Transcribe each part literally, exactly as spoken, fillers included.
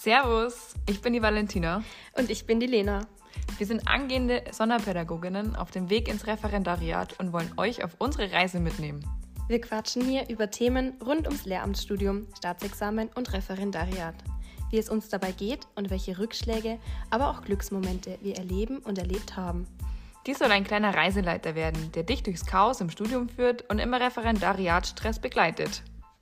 Servus, ich bin die Valentina. Und ich bin die Lena. Wir sind angehende Sonderpädagoginnen auf dem Weg ins Referendariat und wollen euch auf unsere Reise mitnehmen. Wir quatschen hier über Themen rund ums Lehramtsstudium, Staatsexamen und Referendariat. Wie es uns dabei geht und welche Rückschläge, aber auch Glücksmomente wir erleben und erlebt haben. Dies soll ein kleiner Reiseleiter werden, der dich durchs Chaos im Studium führt und im Referendariatstress begleitet.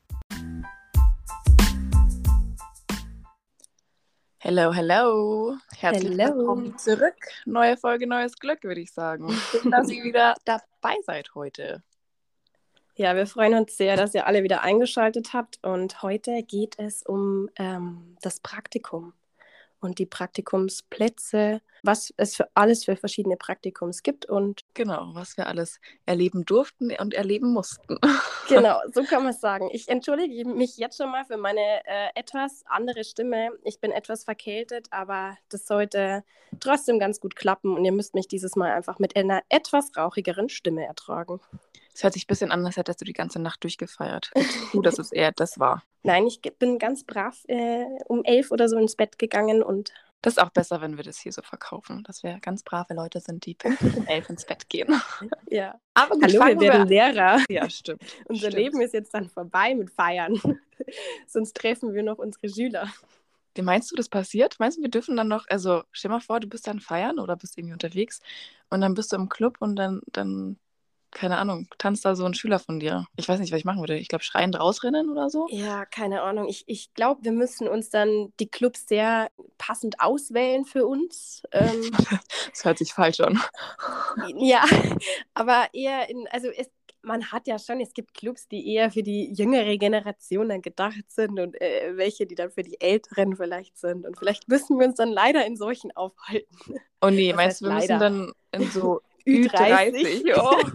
Hello, hello. Herzlich Hello. willkommen zurück. Neue Folge, neues Glück, würde ich sagen. Schön, dass ihr wieder dabei seid heute. Ja, wir freuen uns sehr, dass ihr alle wieder eingeschaltet habt. Und heute geht es um ähm, das Praktikum und die Praktikumsplätze, was es für alles für verschiedene Praktikums gibt. Und Genau, was wir alles erleben durften und erleben mussten. genau, so kann man es sagen. Ich entschuldige mich jetzt schon mal für meine äh, etwas andere Stimme. Ich bin etwas verkältet, aber das sollte trotzdem ganz gut klappen. Und ihr müsst mich dieses Mal einfach mit einer etwas rauchigeren Stimme ertragen. Es hört sich ein bisschen an, als hättest du die ganze Nacht durchgefeiert. Gut, dass es eher das war. Nein, ich bin ganz brav äh, um elf oder so ins Bett gegangen und Das ist auch besser, wenn wir das hier so verkaufen, dass wir ganz brave Leute sind, die pünktlich um elf ins Bett gehen. ja. Aber gut, Hallo, wir fangen werden Lehrer. Ja, stimmt. Unser stimmt. Leben ist jetzt dann vorbei mit Feiern. Sonst treffen wir noch unsere Schüler. Meinst du, das passiert? Meinst du, wir dürfen dann noch, also stell mal vor, du bist dann feiern oder bist irgendwie unterwegs und dann bist du im Club und dann, dann keine Ahnung, tanzt da so ein Schüler von dir. Ich weiß nicht, was ich machen würde. Ich glaube, schreiend rausrennen oder so. Ja, keine Ahnung. Ich, ich glaube, wir müssen uns dann die Clubs sehr passend auswählen für uns. Ähm, das hört sich falsch an. ja, aber eher in, also es, man hat ja schon, es gibt Clubs, die eher für die jüngere Generation dann gedacht sind und äh, welche, die dann für die Älteren vielleicht sind. Und vielleicht müssen wir uns dann leider in solchen aufhalten. Oh nee, Was meinst du, wir heißt müssen leider? dann in so Ü Ü dreißig? dreißig. Oh.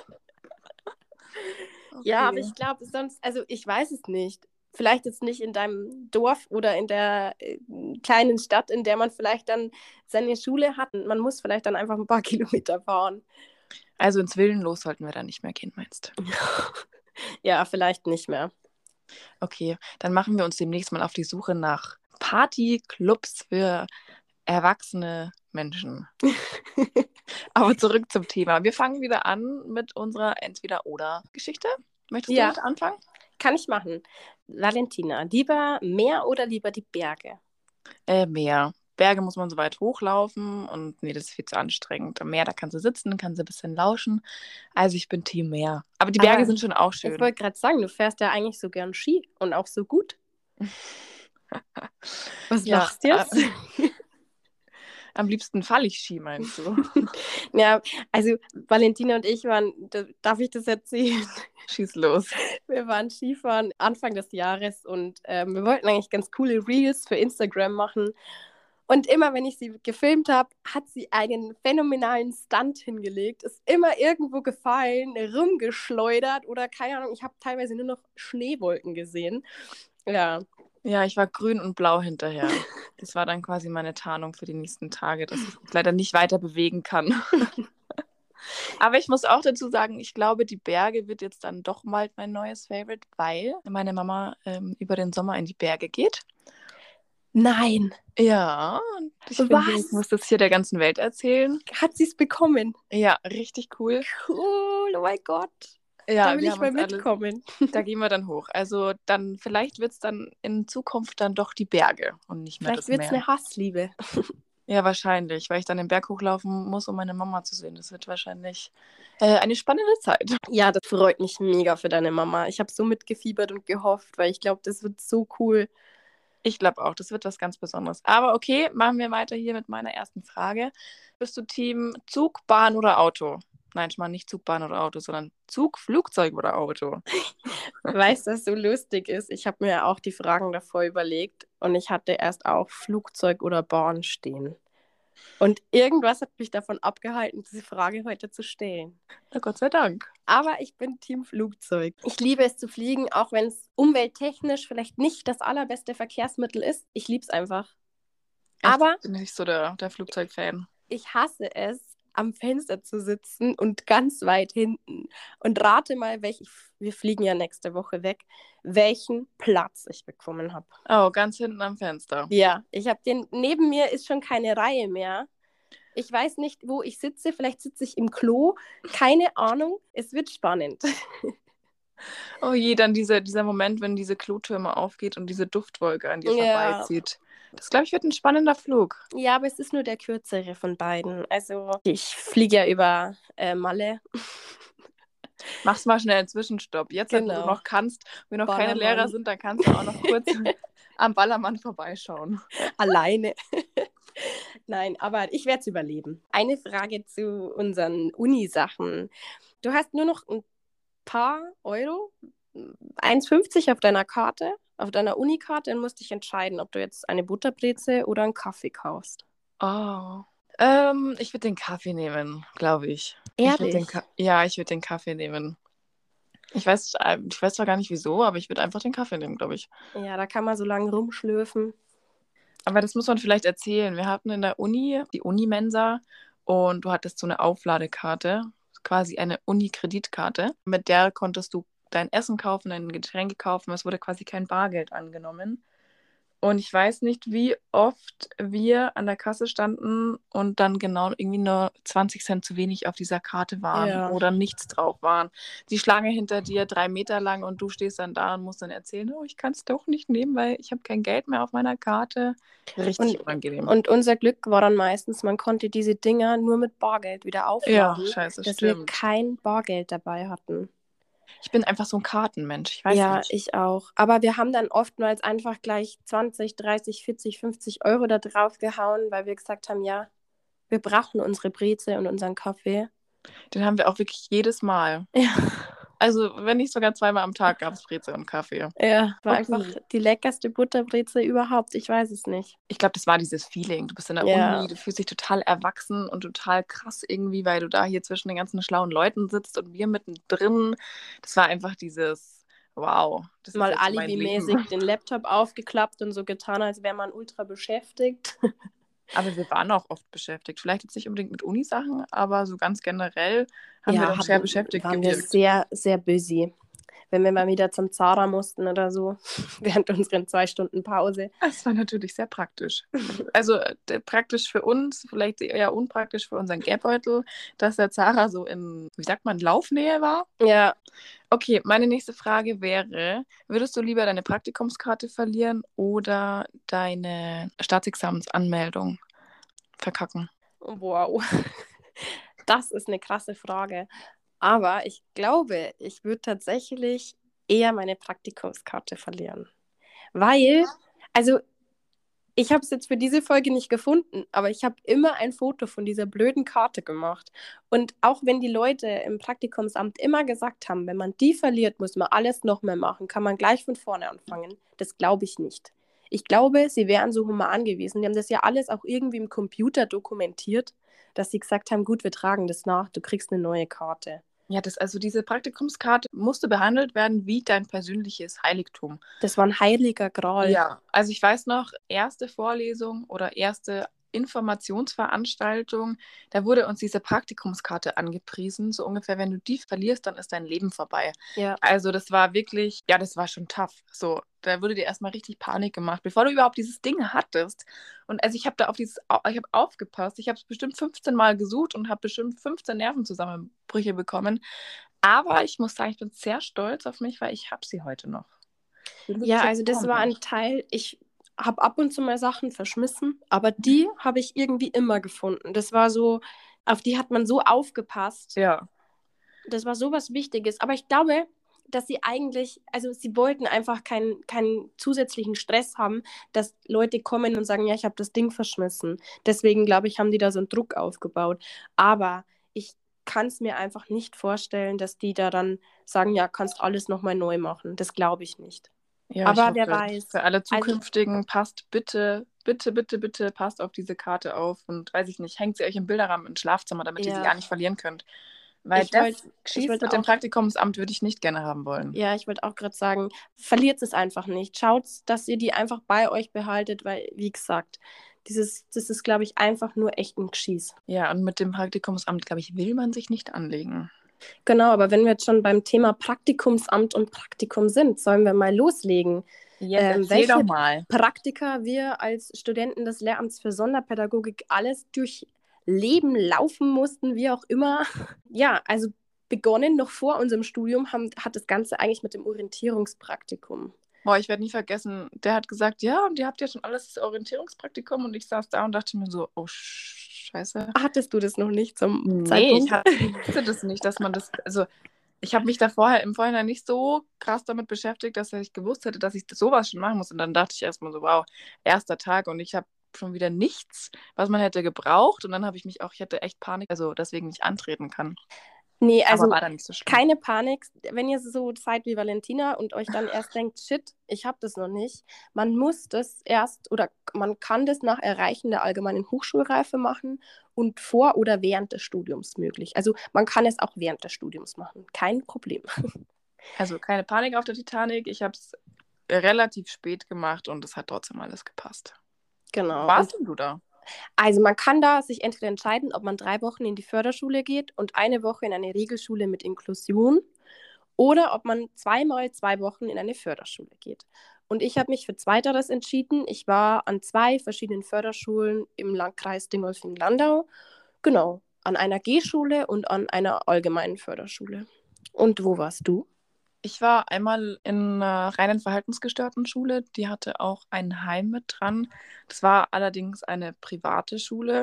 Ja, Okay. aber ich glaube, sonst, also ich weiß es nicht. Vielleicht jetzt nicht in deinem Dorf oder in der äh, kleinen Stadt, in der man vielleicht dann seine Schule hat. Man muss vielleicht dann einfach ein paar Kilometer fahren. Also ins Willenlos sollten wir da nicht mehr gehen, meinst du? Ja, vielleicht nicht mehr. Okay, dann machen wir uns demnächst mal auf die Suche nach Partyclubs für erwachsene Menschen. Aber zurück zum Thema. Wir fangen wieder an mit unserer Entweder-Oder-Geschichte. Möchtest Ja. du mit anfangen? Kann ich machen. Valentina, lieber Meer oder lieber die Berge? Äh, Meer. Berge muss man so weit hochlaufen und nee, das ist viel zu anstrengend. Am Meer, da kannst du sitzen, kannst du ein bisschen lauschen. Also ich bin Team Meer. Aber die Berge Aber sind schon auch schön. Ich wollte gerade sagen, du fährst ja eigentlich so gern Ski und auch so gut. Was Ja, lachst du jetzt? äh, Am liebsten falle ich Ski, meinst du? Ja, also Valentina und ich waren, da- darf ich das erzählen? Schieß los. Wir waren Skifahren Anfang des Jahres und ähm, wir wollten eigentlich ganz coole Reels für Instagram machen. Und immer, wenn ich sie gefilmt habe, hat sie einen phänomenalen Stunt hingelegt, ist immer irgendwo gefallen, rumgeschleudert oder keine Ahnung, ich habe teilweise nur noch Schneewolken gesehen. Ja. Ja, ich war grün und blau hinterher. Das war dann quasi meine Tarnung für die nächsten Tage, dass ich mich leider nicht weiter bewegen kann. Aber ich muss auch dazu sagen, ich glaube, die Berge wird jetzt dann doch mal mein neues Favorite, weil meine Mama ähm, über den Sommer in die Berge geht. Nein. Ja, und ich finde, Was? ich muss das hier der ganzen Welt erzählen. Hat sie es bekommen? Ja, richtig cool. Cool, oh mein Gott. Ja, Da will wir ich haben mal uns alle- mitkommen. Da gehen wir dann hoch. Also dann, vielleicht wird es dann in Zukunft dann doch die Berge und nicht mehr Vielleicht das wird es Meer. eine Hassliebe. Ja, wahrscheinlich, weil ich dann den Berg hochlaufen muss, um meine Mama zu sehen. Das wird wahrscheinlich äh, eine spannende Zeit. Ja, das freut mich mega für deine Mama. Ich habe so mitgefiebert und gehofft, weil ich glaube, das wird so cool. Ich glaube auch, das wird was ganz Besonderes. Aber okay, machen wir weiter hier mit meiner ersten Frage. Bist du Team Zug, Bahn oder Auto? Nein, ich meine nicht Zug, Bahn oder Auto, sondern Zug, Flugzeug oder Auto. Weißt du, was so lustig ist? Ich habe mir auch die Fragen davor überlegt und ich hatte erst auch Flugzeug oder Bahn stehen. Und irgendwas hat mich davon abgehalten, diese Frage heute zu stellen. Na Gott sei Dank. Aber ich bin Team Flugzeug. Ich liebe es zu fliegen, auch wenn es umwelttechnisch vielleicht nicht das allerbeste Verkehrsmittel ist. Ich liebe es einfach. Echt, Aber bin nicht so der, der Flugzeugfan. ich hasse es, am Fenster zu sitzen und ganz weit hinten. Und rate mal, welch, wir fliegen ja nächste Woche weg, welchen Platz ich bekommen habe. Oh, ganz hinten am Fenster. Ja, ich habe den, neben mir ist schon keine Reihe mehr. Ich weiß nicht, wo ich sitze. Vielleicht sitze ich im Klo. Keine Ahnung. Es wird spannend. Oh je, dann diese, dieser Moment, wenn diese Klotür immer aufgeht und diese Duftwolke an dir Ja. vorbeizieht. Das, glaube ich, wird ein spannender Flug. Ja, aber es ist nur der kürzere von beiden. Also ich fliege ja über äh, Malle. Mach's mal schnell einen Zwischenstopp. Jetzt, Genau. wo du noch kannst, wenn noch Ballermann. keine Lehrer sind, dann kannst du auch noch kurz am Ballermann vorbeischauen. Alleine. Nein, aber ich werde es überleben. Eine Frage zu unseren Uni-Sachen. Du hast nur noch ein paar Euro, eins fünfzig auf deiner Karte, auf deiner Unikarte, und musst dich entscheiden, ob du jetzt eine Butterbreze oder einen Kaffee kaufst. Oh. Ähm, ich würde den Kaffee nehmen, glaube ich. Ehrlich? Ich würd den Ka- ja, ich würde den Kaffee nehmen. Ich weiß, äh, ich weiß zwar gar nicht wieso, aber ich würde einfach den Kaffee nehmen, glaube ich. Ja, da kann man so lange rumschlürfen. Aber das muss man vielleicht erzählen. Wir hatten in der Uni die Unimensa und du hattest so eine Aufladekarte, quasi eine Uni-Kreditkarte. Mit der konntest du dein Essen kaufen, deine Getränke kaufen. Es wurde quasi kein Bargeld angenommen. Und ich weiß nicht, wie oft wir an der Kasse standen und dann genau irgendwie nur zwanzig Cent zu wenig auf dieser Karte waren Ja. oder nichts drauf waren. Die Schlange hinter dir drei Meter lang und du stehst dann da und musst dann erzählen, oh, ich kann es doch nicht nehmen, weil ich habe kein Geld mehr auf meiner Karte. Richtig Und, unangenehm. und unser Glück war dann meistens, man konnte diese Dinger nur mit Bargeld wieder Ja, aufladen, scheiße, dass wir stimmt. kein Bargeld dabei hatten. Ich bin einfach so ein Kartenmensch, ich weiß Ja, nicht. ich auch. Aber wir haben dann oftmals einfach gleich zwanzig, dreißig, vierzig, fünfzig Euro da drauf gehauen, weil wir gesagt haben, ja, wir brauchen unsere Breze und unseren Kaffee. Den haben wir auch wirklich jedes Mal. Ja, Also, wenn nicht sogar zweimal am Tag gab es Breze und Kaffee. ja, war Okay. einfach die leckerste Butterbreze überhaupt. Ich weiß es nicht. Ich glaube, das war dieses Feeling. Du bist in der Ja. Uni, du fühlst dich total erwachsen und total krass irgendwie, weil du da hier zwischen den ganzen schlauen Leuten sitzt und wir mittendrin. Das war einfach dieses, wow. Das Mal ist jetzt so mein alibimäßig Leben. den Laptop aufgeklappt und so getan, als wäre man ultra beschäftigt. Aber wir waren auch oft beschäftigt. Vielleicht jetzt nicht unbedingt mit Unisachen, aber so ganz generell haben Ja, wir doch haben- sehr beschäftigt waren wir gewirkt. sehr, sehr busy. Wenn wir mal wieder zum Zara mussten oder so, während unseren zwei Stunden Pause. Das war natürlich sehr praktisch. Also äh, praktisch für uns, vielleicht eher unpraktisch für unseren Geldbeutel, dass der Zara so in, wie sagt man, Laufnähe war. Ja, Okay, meine nächste Frage wäre, würdest du lieber deine Praktikumskarte verlieren oder deine Staatsexamensanmeldung verkacken? wow. Das ist eine krasse Frage. Aber ich glaube, ich würde tatsächlich eher meine Praktikumskarte verlieren. Weil, also ich habe es jetzt für diese Folge nicht gefunden, aber ich habe immer ein Foto von dieser blöden Karte gemacht. Und auch wenn die Leute im Praktikumsamt immer gesagt haben, wenn man die verliert, muss man alles noch mehr machen, kann man gleich von vorne anfangen. Das glaube ich nicht. Ich glaube, sie wären so human gewesen. Die haben das ja alles auch irgendwie im Computer dokumentiert, dass sie gesagt haben, gut, wir tragen das nach, du kriegst eine neue Karte. Ja, das, also diese Praktikumskarte musste behandelt werden wie dein persönliches Heiligtum. Das war ein heiliger Gral. Ja, also ich weiß noch, erste Vorlesung oder erste Informationsveranstaltung, da wurde uns diese Praktikumskarte angepriesen, so ungefähr, wenn du die verlierst, dann ist dein Leben vorbei. Ja. Also das war wirklich, ja, das war schon tough. So, da wurde dir erstmal richtig Panik gemacht, bevor du überhaupt dieses Ding hattest. Und also ich habe da auf dieses, ich habe aufgepasst, ich habe es bestimmt fünfzehn Mal gesucht und habe bestimmt fünfzehn Nervenzusammenbrüche bekommen. Aber ich muss sagen, ich bin sehr stolz auf mich, weil ich habe sie heute noch. Ja, also das war ein Teil, ich habe ab und zu mal Sachen verschmissen, aber die habe ich irgendwie immer gefunden. Das war so, auf die hat man so aufgepasst. Ja. Das war so was Wichtiges. Aber ich glaube, dass sie eigentlich, also sie wollten einfach keinen, keinen zusätzlichen Stress haben, dass Leute kommen und sagen, ja, ich habe das Ding verschmissen. Deswegen, glaube ich, haben die da so einen Druck aufgebaut. Aber ich kann es mir einfach nicht vorstellen, dass die da dann sagen, ja, kannst alles nochmal neu machen. Das glaube ich nicht. Ja, aber ich wer hoffe, weiß. für alle Also- zukünftigen, passt bitte, bitte, bitte, bitte, passt auf diese Karte auf und weiß ich nicht, hängt sie euch im Bilderrahmen ins Schlafzimmer, damit ihr Ja. sie ja nicht verlieren könnt. Weil Ich das wollt- ich Schieß wollt mit dem auch- Praktikumsamt würde ich nicht gerne haben wollen. Ja, ich wollte auch gerade sagen, verliert es einfach nicht. Schaut, dass ihr die einfach bei euch behaltet, weil, wie gesagt, Dieses, das ist, glaube ich, einfach nur echt ein Geschieß. Ja, und mit dem Praktikumsamt, glaube ich, will man sich nicht anlegen. Genau, aber wenn wir jetzt schon beim Thema Praktikumsamt und Praktikum sind, sollen wir mal loslegen. Jetzt Ähm, erzähl doch welche mal. Praktika wir als Studenten des Lehramts für Sonderpädagogik alles durchleben, laufen mussten, wie auch immer. Ja, also begonnen noch vor unserem Studium haben, hat das Ganze eigentlich mit dem Orientierungspraktikum. Boah, ich werde nie vergessen, der hat gesagt, ja, und ihr habt ja schon alles das Orientierungspraktikum und ich saß da und dachte mir so, oh Scheiße. Hattest du das noch nicht zum Nee, Zeitpunkt? ich hatte, ich wusste das nicht, dass man das, also ich habe mich da vorher im Vorhinein nicht so krass damit beschäftigt, dass ich gewusst hätte, dass ich sowas schon machen muss. Und dann dachte ich erstmal so, wow, erster Tag und ich habe schon wieder nichts, was man hätte gebraucht. Und dann habe ich mich auch, ich hatte echt Panik, also deswegen nicht antreten kann. Nee, Aber also war dann nicht so schlimm. keine Panik, wenn ihr so seid wie Valentina und euch dann erst denkt, shit, ich habe das noch nicht. Man muss das erst oder man kann das nach Erreichen der allgemeinen Hochschulreife machen und vor oder während des Studiums möglich. Also man kann es auch während des Studiums machen, kein Problem. Also keine Panik auf der Titanic. Ich habe es relativ spät gemacht und es hat trotzdem alles gepasst. Genau. Warst Und denn du da? also man kann da sich entweder entscheiden, ob man drei Wochen in die Förderschule geht und eine Woche in eine Regelschule mit Inklusion oder ob man zweimal zwei Wochen in eine Förderschule geht. Und ich habe mich für Zweiteres entschieden. Ich war an zwei verschiedenen Förderschulen im Landkreis Dingolfing-Landau. Genau, an einer G-Schule und an einer allgemeinen Förderschule. Und wo warst du? Ich war einmal in einer reinen verhaltensgestörten Schule, die hatte auch ein Heim mit dran. Das war allerdings eine private Schule.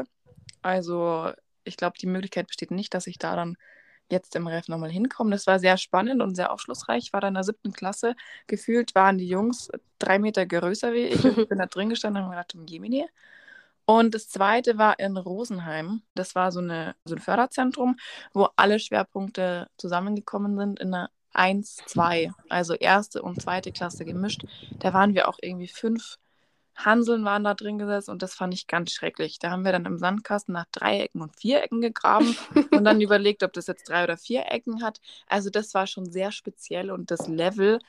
Also ich glaube, die Möglichkeit besteht nicht, dass ich da dann jetzt im Ref nochmal hinkomme. Das war sehr spannend und sehr aufschlussreich. Ich war da in der siebten Klasse. Gefühlt waren die Jungs drei Meter größer wie ich. Und ich bin da drin gestanden und habe mir gedacht, um Jemine. Und das zweite war in Rosenheim. Das war so, eine, so ein Förderzentrum, wo alle Schwerpunkte zusammengekommen sind in einer eins, zwei, also erste und zweite Klasse gemischt. Da waren wir auch irgendwie fünf Hanseln waren da drin gesessen und das fand ich ganz schrecklich. Da haben wir dann im Sandkasten nach Dreiecken und Vierecken gegraben und dann überlegt, ob das jetzt drei oder vier Ecken hat. Also das war schon sehr speziell und das Level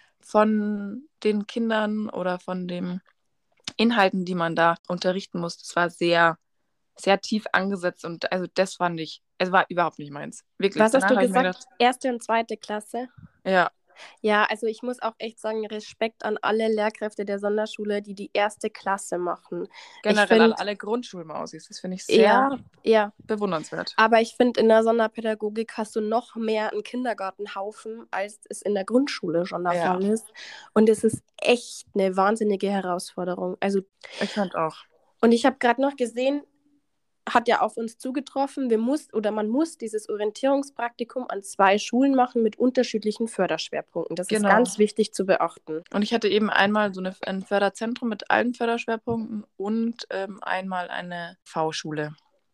von den Kindern oder von den Inhalten, die man da unterrichten muss, das war sehr, sehr tief angesetzt und also das fand ich, es war überhaupt nicht meins. Wirklich. Was hast Danach du habe ich mir gesagt? gedacht, Erste und zweite Klasse? ja, Ja, also ich muss auch echt sagen, Respekt an alle Lehrkräfte der Sonderschule, die die erste Klasse machen. Ich generell an finde, alle Grundschulmausis. Das finde ich ja, sehr ja. bewundernswert. Aber ich finde, in der Sonderpädagogik hast du noch mehr einen Kindergartenhaufen, als es in der Grundschule schon der Ja. Fall ist. Und es ist echt eine wahnsinnige Herausforderung. Also, Ich fand auch. und ich habe gerade noch gesehen, hat ja auf uns zugetroffen, wir muss, oder man muss dieses Orientierungspraktikum an zwei Schulen machen mit unterschiedlichen Förderschwerpunkten. Das ist Genau. ganz wichtig zu beachten. Und ich hatte eben einmal so eine, ein Förderzentrum mit allen Förderschwerpunkten und ähm, einmal eine V-Schule.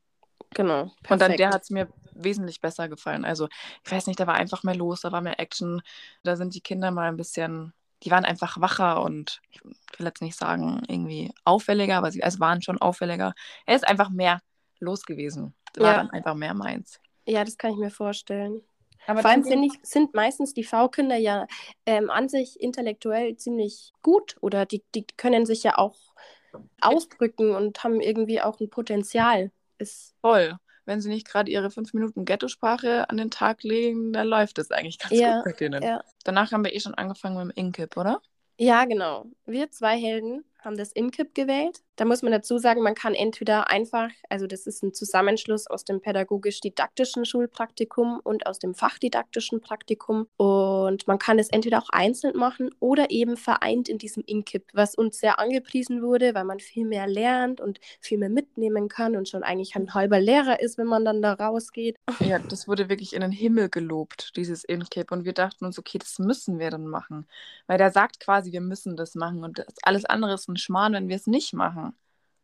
Genau. Perfekt. Und dann der hat es mir wesentlich besser gefallen. Also ich weiß nicht, da war einfach mehr los, da war mehr Action. Da sind die Kinder mal ein bisschen, die waren einfach wacher und ich will jetzt nicht sagen irgendwie auffälliger, aber sie also waren schon auffälliger. Er ist einfach mehr los gewesen. War Ja. dann einfach mehr meins. Ja, das kann ich mir vorstellen. Aber Vor allem dann sind, nicht, sind meistens die V-Kinder ja ähm, an sich intellektuell ziemlich gut oder die, die können sich ja auch ausdrücken und haben irgendwie auch ein Potenzial. Ist voll. Wenn sie nicht gerade ihre fünf Minuten Ghettosprache an den Tag legen, dann läuft es eigentlich ganz ja, gut bei denen. ja. Danach haben wir eh schon angefangen mit dem Inkip, oder? Ja, genau. Wir zwei Helden haben das Inkip gewählt. Da muss man dazu sagen, man kann entweder einfach, also das ist ein Zusammenschluss aus dem pädagogisch-didaktischen Schulpraktikum und aus dem fachdidaktischen Praktikum. Und man kann es entweder auch einzeln machen oder eben vereint in diesem Inkip, was uns sehr angepriesen wurde, weil man viel mehr lernt und viel mehr mitnehmen kann und schon eigentlich ein halber Lehrer ist, wenn man dann da rausgeht. Ja, das wurde wirklich in den Himmel gelobt, dieses Inkip. Und wir dachten uns, okay, das müssen wir dann machen. Weil der sagt quasi, wir müssen das machen. Und das, alles andere ist ein Schmarrn, wenn wir es nicht machen.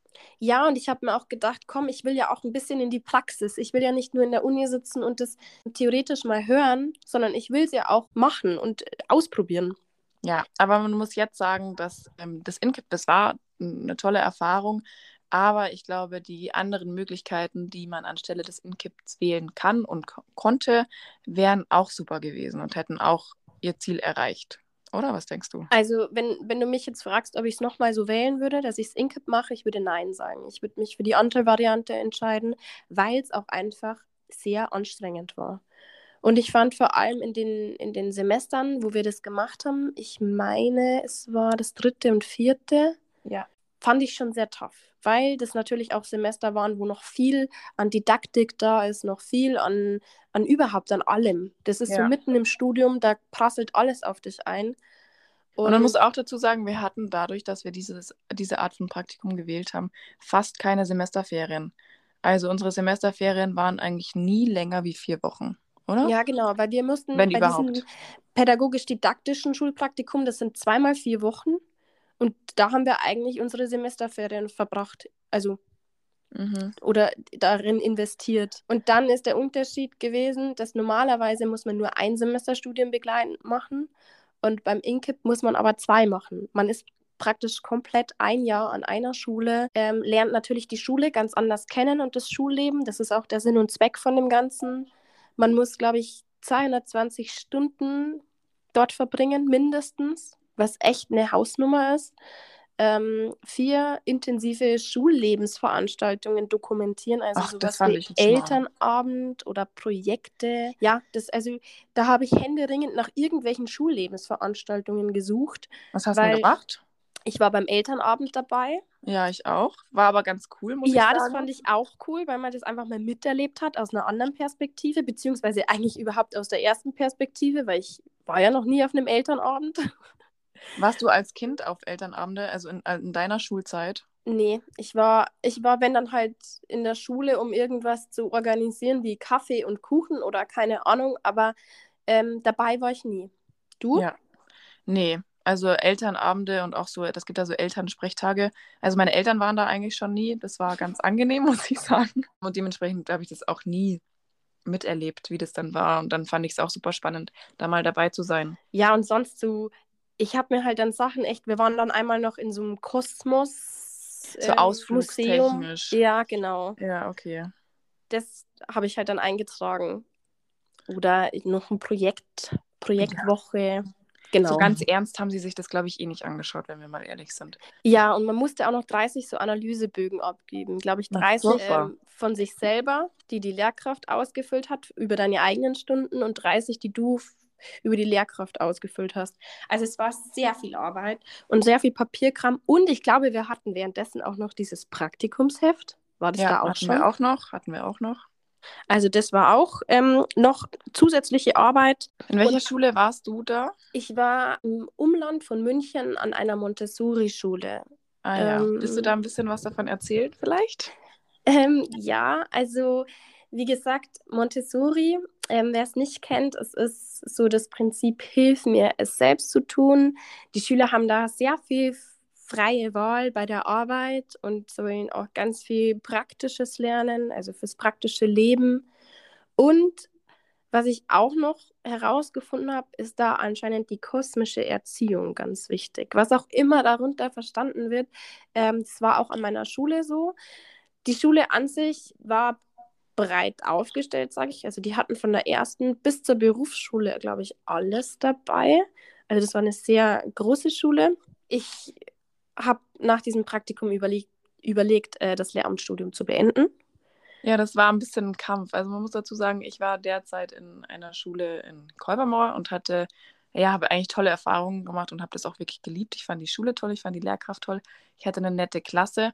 Ja, und ich habe mir auch gedacht, komm, ich will ja auch ein bisschen in die Praxis. Ich will ja nicht nur in der Uni sitzen und das theoretisch mal hören, sondern ich will es ja auch machen und ausprobieren. Ja, aber man muss jetzt sagen, dass ähm, das Inkip, das war eine tolle Erfahrung. Aber ich glaube, die anderen Möglichkeiten, die man anstelle des Inkips wählen kann und ko- konnte, wären auch super gewesen und hätten auch ihr Ziel erreicht. Oder was denkst du? Also, wenn, wenn du mich jetzt fragst, ob ich es nochmal so wählen würde, dass ich es Inkip mache, ich würde Nein sagen. Ich würde mich für die andere Variante entscheiden, weil es auch einfach sehr anstrengend war. Und ich fand vor allem in den, in den Semestern, wo wir das gemacht haben, ich meine, es war das dritte und vierte, Ja. fand ich schon sehr tough, weil das natürlich auch Semester waren, wo noch viel an Didaktik da ist, noch viel an, an überhaupt an allem. Das ist so Ja. mitten im Studium, da prasselt alles auf dich ein. Und man muss auch dazu sagen, wir hatten dadurch, dass wir dieses, diese Art von Praktikum gewählt haben, fast keine Semesterferien. Also unsere Semesterferien waren eigentlich nie länger wie vier Wochen, oder? Ja, genau, weil wir mussten Wenn bei überhaupt. diesem pädagogisch-didaktischen Schulpraktikum, das sind zweimal vier Wochen und da haben wir eigentlich unsere Semesterferien verbracht, also Mhm. oder darin investiert. Und dann ist der Unterschied gewesen, dass normalerweise muss man nur ein Semester studienbegleitend machen und beim Inkip muss man aber zwei machen. Man ist praktisch komplett ein Jahr an einer Schule, ähm, lernt natürlich die Schule ganz anders kennen und das Schulleben. Das ist auch der Sinn und Zweck von dem Ganzen. Man muss, glaube ich, zweihundertzwanzig Stunden dort verbringen, mindestens, was echt eine Hausnummer ist. Ähm, vier intensive Schullebensveranstaltungen dokumentieren, also Ach, das sowas fand wie ich jetzt mal. Elternabend oder Projekte. Ja, das, also da habe ich händeringend nach irgendwelchen Schullebensveranstaltungen gesucht, Was hast du denn weil gemacht? ich war beim Elternabend dabei. Ja, ich auch. War aber ganz cool, muss ich Ja, das sagen. fand ich auch cool, weil man das einfach mal miterlebt hat aus einer anderen Perspektive, beziehungsweise eigentlich überhaupt aus der ersten Perspektive, weil ich war ja noch nie auf einem Elternabend. Warst du als Kind auf Elternabende, also in, äh, in deiner Schulzeit? Nee, ich war, ich war, wenn dann halt in der Schule, um irgendwas zu organisieren, wie Kaffee und Kuchen oder keine Ahnung, aber ähm, dabei war ich nie. Du? Ja. Nee, also Elternabende und auch so, das gibt da so Elternsprechtage. Also meine Eltern waren da eigentlich schon nie. Das war ganz angenehm, muss ich sagen. Und dementsprechend habe ich das auch nie miterlebt, wie das dann war. Und dann fand ich es auch super spannend, da mal dabei zu sein. Ja, und sonst so, ich habe mir halt dann Sachen echt, wir waren dann einmal noch in so einem Kosmos So ähm, Museum. ausflugstechnisch. Ja, genau. Ja, okay. Das habe ich halt dann eingetragen. Oder noch ein Projekt, Projektwoche. So Genau. ganz ernst haben sie sich das, glaube ich, eh nicht angeschaut, wenn wir mal ehrlich sind. Ja, und man musste auch noch dreißig so Analysebögen abgeben. Glaube ich, Na, dreißig super. ähm, von sich selber, die die Lehrkraft ausgefüllt hat, über deine eigenen Stunden und dreißig, die du f- über die Lehrkraft ausgefüllt hast. Also es war sehr viel Arbeit und sehr viel Papierkram. Und ich glaube, wir hatten währenddessen auch noch dieses Praktikumsheft. War das Ja, da auch hatten schon? wir auch noch, hatten wir auch noch. Also das war auch ähm, noch zusätzliche Arbeit. In welcher Und Schule warst du da? ich war im Umland von München an einer Montessori-Schule. Ah ja. Ähm, Willst du da ein bisschen was davon erzählen, vielleicht? Ähm, ja, also wie gesagt, Montessori, ähm, wer es nicht kennt, es ist so das Prinzip, hilf mir, es selbst zu tun. Die Schüler haben da sehr viel freie Wahl bei der Arbeit und sollen auch ganz viel Praktisches lernen, also fürs praktische Leben. Und was ich auch noch herausgefunden habe, ist da anscheinend die kosmische Erziehung ganz wichtig. Was auch immer darunter verstanden wird, ähm, das war auch an meiner Schule so. Die Schule an sich war breit aufgestellt, sage ich. Also die hatten von der ersten bis zur Berufsschule, glaube ich, alles dabei. Also das war eine sehr große Schule. Ich habe nach diesem Praktikum überlegt, überlegt äh, das Lehramtsstudium zu beenden. Ja, das war ein bisschen ein Kampf. Also man muss dazu sagen, ich war derzeit in einer Schule in Kolbermoor und hatte, ja, habe eigentlich tolle Erfahrungen gemacht und habe das auch wirklich geliebt. Ich fand die Schule toll, ich fand die Lehrkraft toll. Ich hatte eine nette Klasse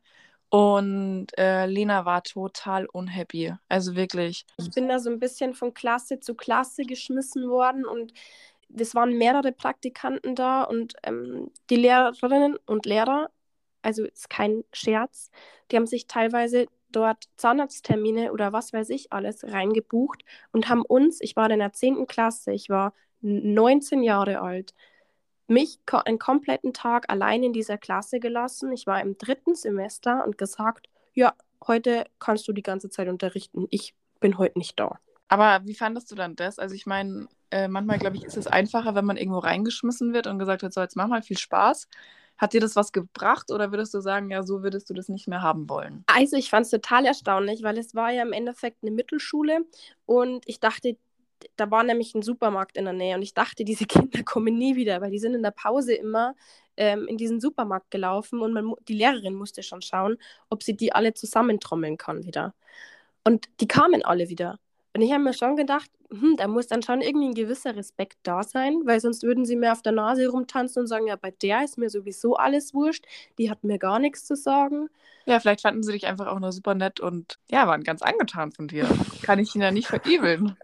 und äh, Lena war total unhappy. Also wirklich. Ich bin da so ein bisschen von Klasse zu Klasse geschmissen worden und es waren mehrere Praktikanten da und ähm, die Lehrerinnen und Lehrer, also ist kein Scherz, die haben sich teilweise dort Zahnarzttermine oder was weiß ich alles reingebucht und haben uns, ich war in der zehnten Klasse, ich war neunzehn Jahre alt, mich ko einen kompletten Tag allein in dieser Klasse gelassen. Ich war im dritten Semester und gesagt, ja, heute kannst du die ganze Zeit unterrichten. Ich bin heute nicht da. Aber wie fandest du dann das? Also ich meine, äh, manchmal, glaube ich, ist es einfacher, wenn man irgendwo reingeschmissen wird und gesagt wird, so, jetzt mach mal viel Spaß. Hat dir das was gebracht oder würdest du sagen, ja, so würdest du das nicht mehr haben wollen? Also ich fand es total erstaunlich, weil es war ja im Endeffekt eine Mittelschule und ich dachte, da war nämlich ein Supermarkt in der Nähe und ich dachte, diese Kinder kommen nie wieder, weil die sind in der Pause immer ähm, in diesen Supermarkt gelaufen und man, die Lehrerin musste schon schauen, ob sie die alle zusammentrommeln kann wieder. Und die kamen alle wieder. Und ich habe mir schon gedacht, hm, da muss dann schon irgendwie ein gewisser Respekt da sein, weil sonst würden sie mir auf der Nase rumtanzen und sagen, ja, bei der ist mir sowieso alles wurscht, die hat mir gar nichts zu sagen. Ja, vielleicht fanden sie dich einfach auch nur super nett und ja, waren ganz angetan von dir. Kann ich ihnen ja nicht verübeln.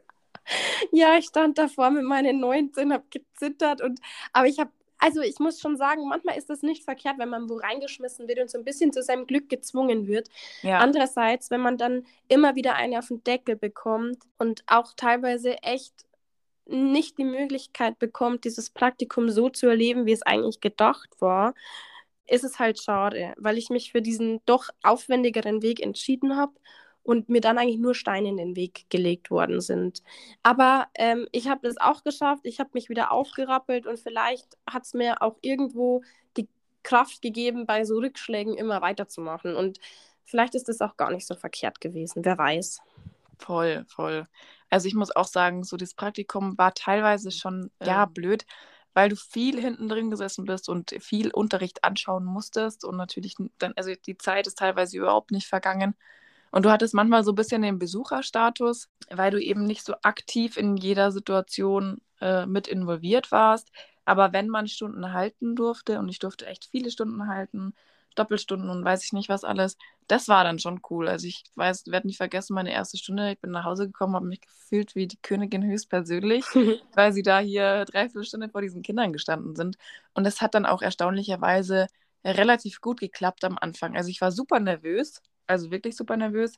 Ja, ich stand davor mit meinen neunzehn, habe gezittert und aber ich habe, also ich muss schon sagen, manchmal ist das nicht verkehrt, wenn man wo reingeschmissen wird und so ein bisschen zu seinem Glück gezwungen wird. Ja, Andererseits, wenn man dann immer wieder eine auf den Deckel bekommt und auch teilweise echt nicht die Möglichkeit bekommt, dieses Praktikum so zu erleben, wie es eigentlich gedacht war, ist es halt schade, weil ich mich für diesen doch aufwendigeren Weg entschieden habe und mir dann eigentlich nur Steine in den Weg gelegt worden sind. Aber ähm, ich habe das auch geschafft, ich habe mich wieder aufgerappelt und vielleicht hat es mir auch irgendwo die Kraft gegeben, bei so Rückschlägen immer weiterzumachen. Und vielleicht ist das auch gar nicht so verkehrt gewesen, wer weiß. voll, voll. Also ich muss auch sagen, so das Praktikum war teilweise schon, ja, blöd, weil du viel hinten drin gesessen bist und viel Unterricht anschauen musstest und natürlich dann, also die Zeit ist teilweise überhaupt nicht vergangen. Und du hattest manchmal so ein bisschen den Besucherstatus, weil du eben nicht so aktiv in jeder Situation äh, mit involviert warst. Aber wenn man Stunden halten durfte, und ich durfte echt viele Stunden halten, Doppelstunden und weiß ich nicht was alles, das war dann schon cool. Also ich weiß, werde nicht vergessen, meine erste Stunde, ich bin nach Hause gekommen, habe mich gefühlt wie die Königin höchstpersönlich, weil sie da hier dreiviertel Stunde vor diesen Kindern gestanden sind. Und es hat dann auch erstaunlicherweise relativ gut geklappt am Anfang. Also ich war super nervös, also wirklich super nervös.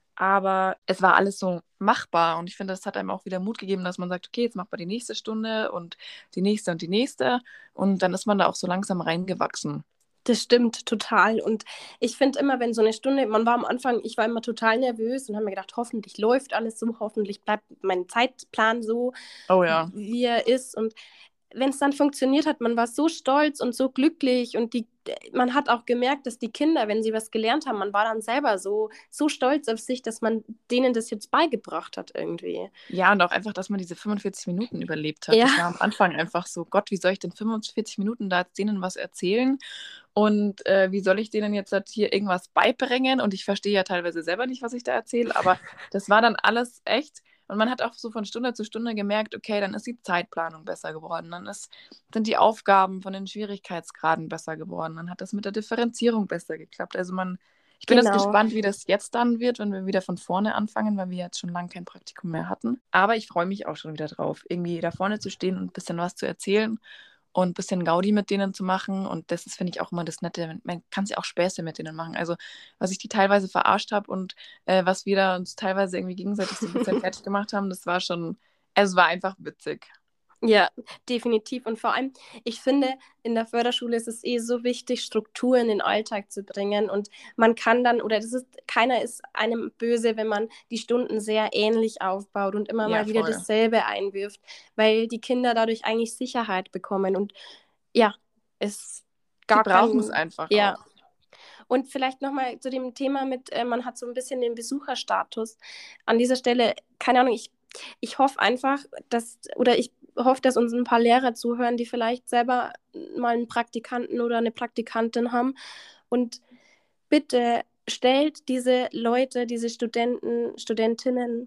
Aber es war alles so machbar und ich finde, das hat einem auch wieder Mut gegeben, dass man sagt, okay, jetzt macht man die nächste Stunde und die nächste und die nächste und dann ist man da auch so langsam reingewachsen. Das stimmt total. Und ich finde immer, wenn so eine Stunde, man war am Anfang, ich war immer total nervös und habe mir gedacht, hoffentlich läuft alles so, hoffentlich bleibt mein Zeitplan so, Oh ja. wie er ist. Und wenn es dann funktioniert hat, man war so stolz und so glücklich und die, man hat auch gemerkt, dass die Kinder, wenn sie was gelernt haben, man war dann selber so, so stolz auf sich, dass man denen das jetzt beigebracht hat irgendwie. Ja, und auch einfach, dass man diese fünfundvierzig Minuten überlebt hat. Ja, Das war am Anfang einfach so, Gott, wie soll ich denn fünfundvierzig Minuten da jetzt denen was erzählen? Und äh, wie soll ich denen jetzt halt hier irgendwas beibringen? Und ich verstehe ja teilweise selber nicht, was ich da erzähle, aber das war dann alles echt. Und man hat auch so von Stunde zu Stunde gemerkt, okay, dann ist die Zeitplanung besser geworden, dann ist, sind die Aufgaben von den Schwierigkeitsgraden besser geworden, dann hat das mit der Differenzierung besser geklappt. Also man, ich bin jetzt genau. gespannt, wie das jetzt dann wird, wenn wir wieder von vorne anfangen, weil wir jetzt schon lange kein Praktikum mehr hatten. Aber ich freue mich auch schon wieder drauf, irgendwie da vorne zu stehen und ein bisschen was zu erzählen und ein bisschen Gaudi mit denen zu machen. Und das ist, finde ich, auch immer das Nette. Man kann ja auch Späße mit denen machen. Also, was ich die teilweise verarscht habe und äh, was wir da uns teilweise irgendwie gegenseitig so ein bisschen fertig gemacht haben, das war schon, es war einfach witzig. Ja, definitiv. Und vor allem, ich finde, in der Förderschule ist es eh so wichtig, Struktur in den Alltag zu bringen. Und man kann dann, oder das ist, keiner ist einem böse, wenn man die Stunden sehr ähnlich aufbaut und immer Ja, mal wieder voll. dasselbe einwirft, weil die Kinder dadurch eigentlich Sicherheit bekommen. Und ja, ist Die gar brauchen es kein, einfach ja. auch. Und vielleicht nochmal zu dem Thema mit, äh, man hat so ein bisschen den Besucherstatus. An dieser Stelle, keine Ahnung, ich, ich hoffe einfach, dass, oder ich hoffe, dass uns ein paar Lehrer zuhören, die vielleicht selber mal einen Praktikanten oder eine Praktikantin haben. Und bitte stellt diese Leute, diese Studenten, Studentinnen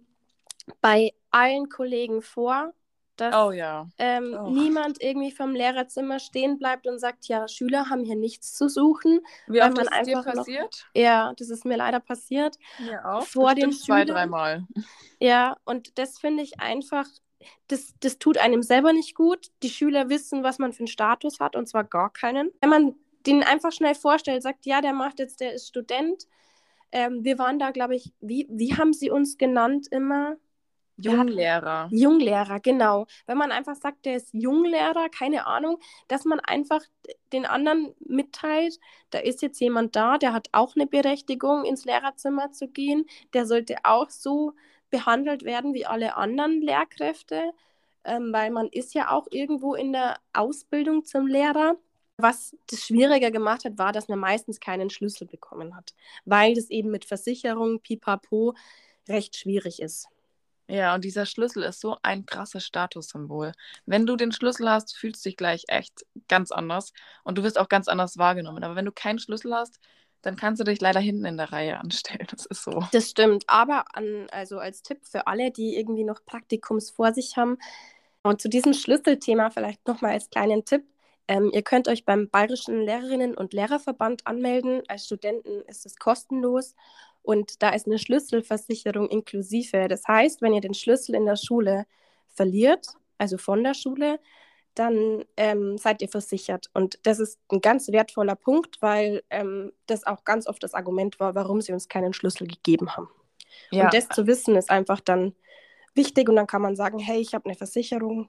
bei allen Kollegen vor, Oh dass ja. ähm, Oh. niemand irgendwie vom Lehrerzimmer stehen bleibt und sagt, ja, Schüler haben hier nichts zu suchen, Wie weil oft man ist es dir einfach noch, passiert? ja, das ist mir leider passiert, Mir auch. vor den Bestimmt zwei, Schülern. dreimal. Ja, und das finde ich einfach, das, das tut einem selber nicht gut. Die Schüler wissen, was man für einen Status hat, und zwar gar keinen. Wenn man den einfach schnell vorstellt, sagt, ja, der macht jetzt, der ist Student. Ähm, wir waren da, glaube ich, wie, wie haben sie uns genannt immer? Wir hatten Junglehrer. Junglehrer, genau. Wenn man einfach sagt, der ist Junglehrer, keine Ahnung, dass man einfach den anderen mitteilt, da ist jetzt jemand da, der hat auch eine Berechtigung, ins Lehrerzimmer zu gehen, der sollte auch so behandelt werden wie alle anderen Lehrkräfte, ähm, weil man ist ja auch irgendwo in der Ausbildung zum Lehrer. Was das schwieriger gemacht hat, war, dass man meistens keinen Schlüssel bekommen hat, weil das eben mit Versicherung, Pipapo, recht schwierig ist. Ja, und dieser Schlüssel ist so ein krasses Statussymbol. Wenn du den Schlüssel hast, fühlst du dich gleich echt ganz anders und du wirst auch ganz anders wahrgenommen. Aber wenn du keinen Schlüssel hast, dann kannst du dich leider hinten in der Reihe anstellen. Das ist so. Das stimmt, aber an, also als Tipp für alle, die irgendwie noch Praktikums vor sich haben, und zu diesem Schlüsselthema vielleicht nochmal als kleinen Tipp. Ähm, ihr könnt euch beim Bayerischen Lehrerinnen- und Lehrerverband anmelden. Als Studenten ist es kostenlos und da ist eine Schlüsselversicherung inklusive. Das heißt, wenn ihr den Schlüssel in der Schule verliert, also von der Schule, dann ähm, seid ihr versichert. Und das ist ein ganz wertvoller Punkt, weil ähm, das auch ganz oft das Argument war, warum sie uns keinen Schlüssel gegeben haben. Und Ja, das zu wissen ist einfach dann wichtig und dann kann man sagen, hey, ich habe eine Versicherung.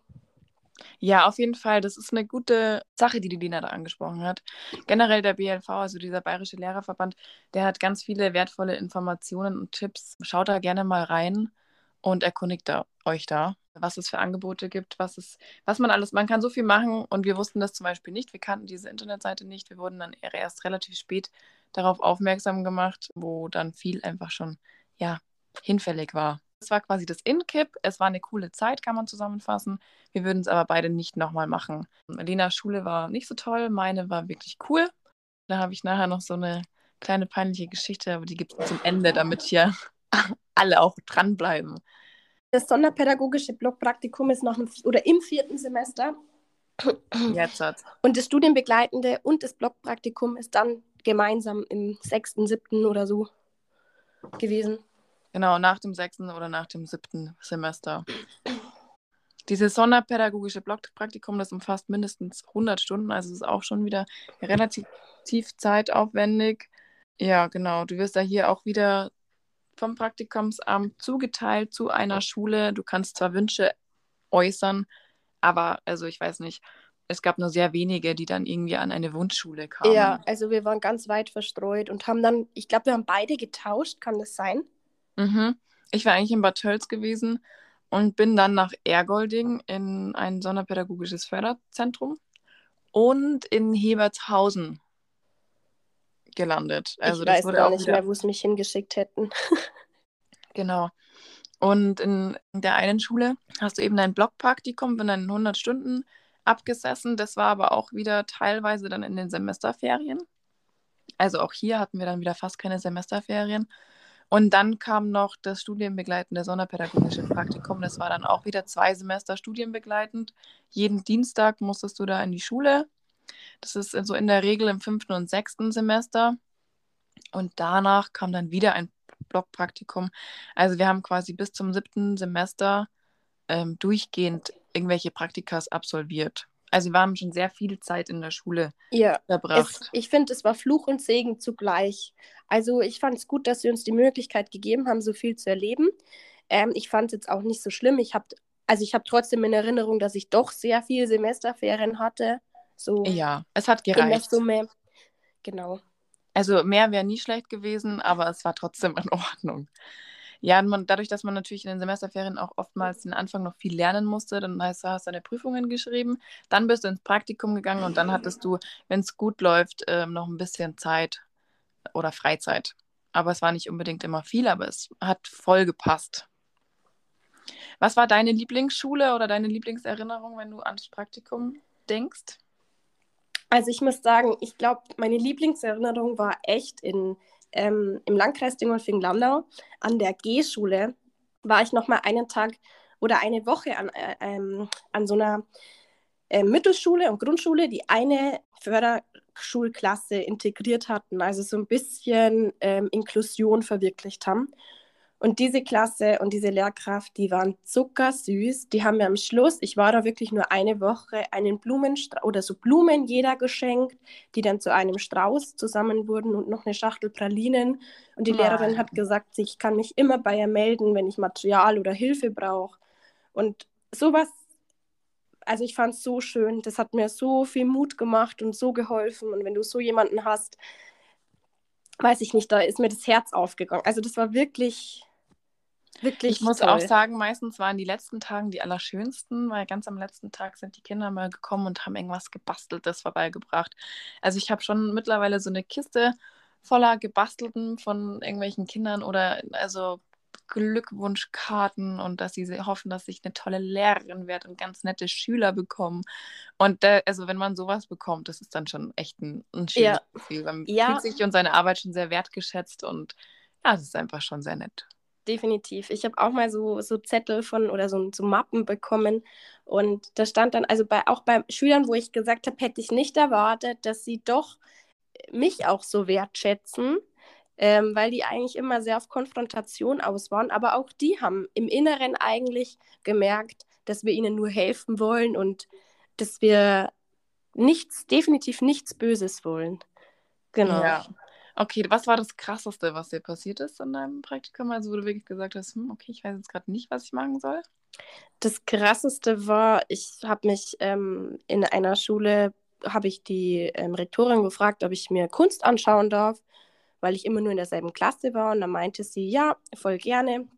ja, auf jeden Fall. Das ist eine gute Sache, die die Lina da angesprochen hat. Generell der B L V, also dieser Bayerische Lehrerverband, der hat ganz viele wertvolle Informationen und Tipps. Schaut da gerne mal rein und erkundigt da, euch da, was es für Angebote gibt, was es, was man alles, man kann so viel machen und wir wussten das zum Beispiel nicht. Wir kannten diese Internetseite nicht. Wir wurden dann erst relativ spät darauf aufmerksam gemacht, wo dann viel einfach schon, ja, hinfällig war. Es war quasi das In-Kipp. Es war eine coole Zeit, kann man zusammenfassen. Wir würden es aber beide nicht nochmal machen. Lenas Schule war nicht so toll, meine war wirklich cool. Da habe ich nachher noch so eine kleine peinliche Geschichte, aber die gibt es zum Ende, damit hier alle auch dranbleiben. Das sonderpädagogische Blockpraktikum ist noch im, oder im vierten Semester Jetzt hat. und das Studienbegleitende und das Blockpraktikum ist dann gemeinsam im sechsten, siebten oder so gewesen. Genau, nach dem sechsten oder nach dem siebten Semester. Dieses sonderpädagogische Blockpraktikum, das umfasst mindestens hundert Stunden, also ist auch schon wieder relativ zeitaufwendig. Ja, genau. Du wirst da hier auch wieder vom Praktikumsamt zugeteilt zu einer Schule. Du kannst zwar Wünsche äußern, aber also ich weiß nicht, es gab nur sehr wenige, die dann irgendwie an eine Wunschschule Ja, kamen. also wir waren ganz weit verstreut und haben dann, ich glaube, wir haben beide getauscht, kann das sein? Mhm. Ich war eigentlich in Bad Tölz gewesen und bin dann nach Ergolding in ein sonderpädagogisches Förderzentrum und in Hebertshausen gelandet. Also Ich das weiß wurde gar auch nicht wieder, mehr, wo es mich hingeschickt hätten. genau. Und in der einen Schule hast du eben dein Blockpraktikum von deinen hundert Stunden abgesessen. Das war aber auch wieder teilweise dann in den Semesterferien. Also auch hier hatten wir dann wieder fast keine Semesterferien. Und dann kam noch das studienbegleitende sonderpädagogische Praktikum. Das war dann auch wieder zwei Semester studienbegleitend. Jeden Dienstag musstest du da in die Schule. Das ist so in der Regel im fünften und sechsten Semester. Und danach kam dann wieder ein Blockpraktikum. Also wir haben quasi bis zum siebten Semester ähm, durchgehend irgendwelche Praktikas absolviert. Also wir haben schon sehr viel Zeit in der Schule Ja, es, verbracht. ich finde, es war Fluch und Segen zugleich. Also ich fand es gut, dass sie uns die Möglichkeit gegeben haben, so viel zu erleben. Ähm, ich fand es jetzt auch nicht so schlimm. Ich habe, also ich habe trotzdem in Erinnerung, dass ich doch sehr viel Semesterferien hatte. So Ja, es hat in der gereicht. Summe. Genau. Also mehr wäre nie schlecht gewesen, aber es war trotzdem in Ordnung. Ja, und man, dadurch, dass man natürlich in den Semesterferien auch oftmals den Anfang noch viel lernen musste, dann heißt, du hast deine Prüfungen geschrieben, dann bist du ins Praktikum gegangen und dann hattest du, wenn es gut läuft, ähm, noch ein bisschen Zeit oder Freizeit. Aber es war nicht unbedingt immer viel, aber es hat voll gepasst. Was war deine Lieblingsschule oder deine Lieblingserinnerung, wenn du ans Praktikum denkst? Also ich muss sagen, ich glaube, meine Lieblingserinnerung war echt in, ähm, im Landkreis Dingolfing-Landau an der G-Schule. War ich noch mal einen Tag oder eine Woche an, äh, ähm, an so einer äh, Mittelschule und Grundschule, die eine Förderschulklasse integriert hatten, also so ein bisschen ähm, Inklusion verwirklicht haben. Und diese Klasse und diese Lehrkraft, die waren zuckersüß. Die haben mir am Schluss, ich war da wirklich nur eine Woche, einen Blumenstrauß oder so Blumen jeder geschenkt, die dann zu einem Strauß zusammen wurden und noch eine Schachtel Pralinen. Und die Lehrerin Nein. hat gesagt, ich kann mich immer bei ihr melden, wenn ich Material oder Hilfe brauche. Und sowas, also ich fand es so schön. Das hat mir so viel Mut gemacht und so geholfen. Und wenn du so jemanden hast, weiß ich nicht, da ist mir das Herz aufgegangen. Also das war wirklich, Ich wirklich muss auch toll. sagen, meistens waren die letzten Tage die allerschönsten, weil ganz am letzten Tag sind die Kinder mal gekommen und haben irgendwas Gebasteltes vorbeigebracht. Also ich habe schon mittlerweile so eine Kiste voller Gebastelten von irgendwelchen Kindern oder also Glückwunschkarten und dass sie hoffen, dass ich eine tolle Lehrerin werde und ganz nette Schüler bekomme. Und äh, also wenn man sowas bekommt, das ist dann schon echt ein, ein schönes Ja, Gefühl. Man fühlt ja, sich und seine Arbeit schon sehr wertgeschätzt und ja, es ist einfach schon sehr nett. definitiv. Ich habe auch mal so, so Zettel von oder so, so Mappen bekommen und da stand dann, also bei, auch bei Schülern, wo ich gesagt habe, hätte ich nicht erwartet, dass sie doch mich auch so wertschätzen, ähm, weil die eigentlich immer sehr auf Konfrontation aus waren. Aber auch die haben im Inneren eigentlich gemerkt, dass wir ihnen nur helfen wollen und dass wir nichts, definitiv nichts Böses wollen. Genau. Ja. Okay, was war das Krasseste, was dir passiert ist in deinem Praktikum? Also, wo du wirklich gesagt hast, hm, okay, ich weiß jetzt gerade nicht, was ich machen soll. Das Krasseste war, ich habe mich ähm, in einer Schule, habe ich die ähm, Rektorin gefragt, ob ich mir Kunst anschauen darf, weil ich immer nur in derselben Klasse war. Und dann meinte sie, ja, voll gerne.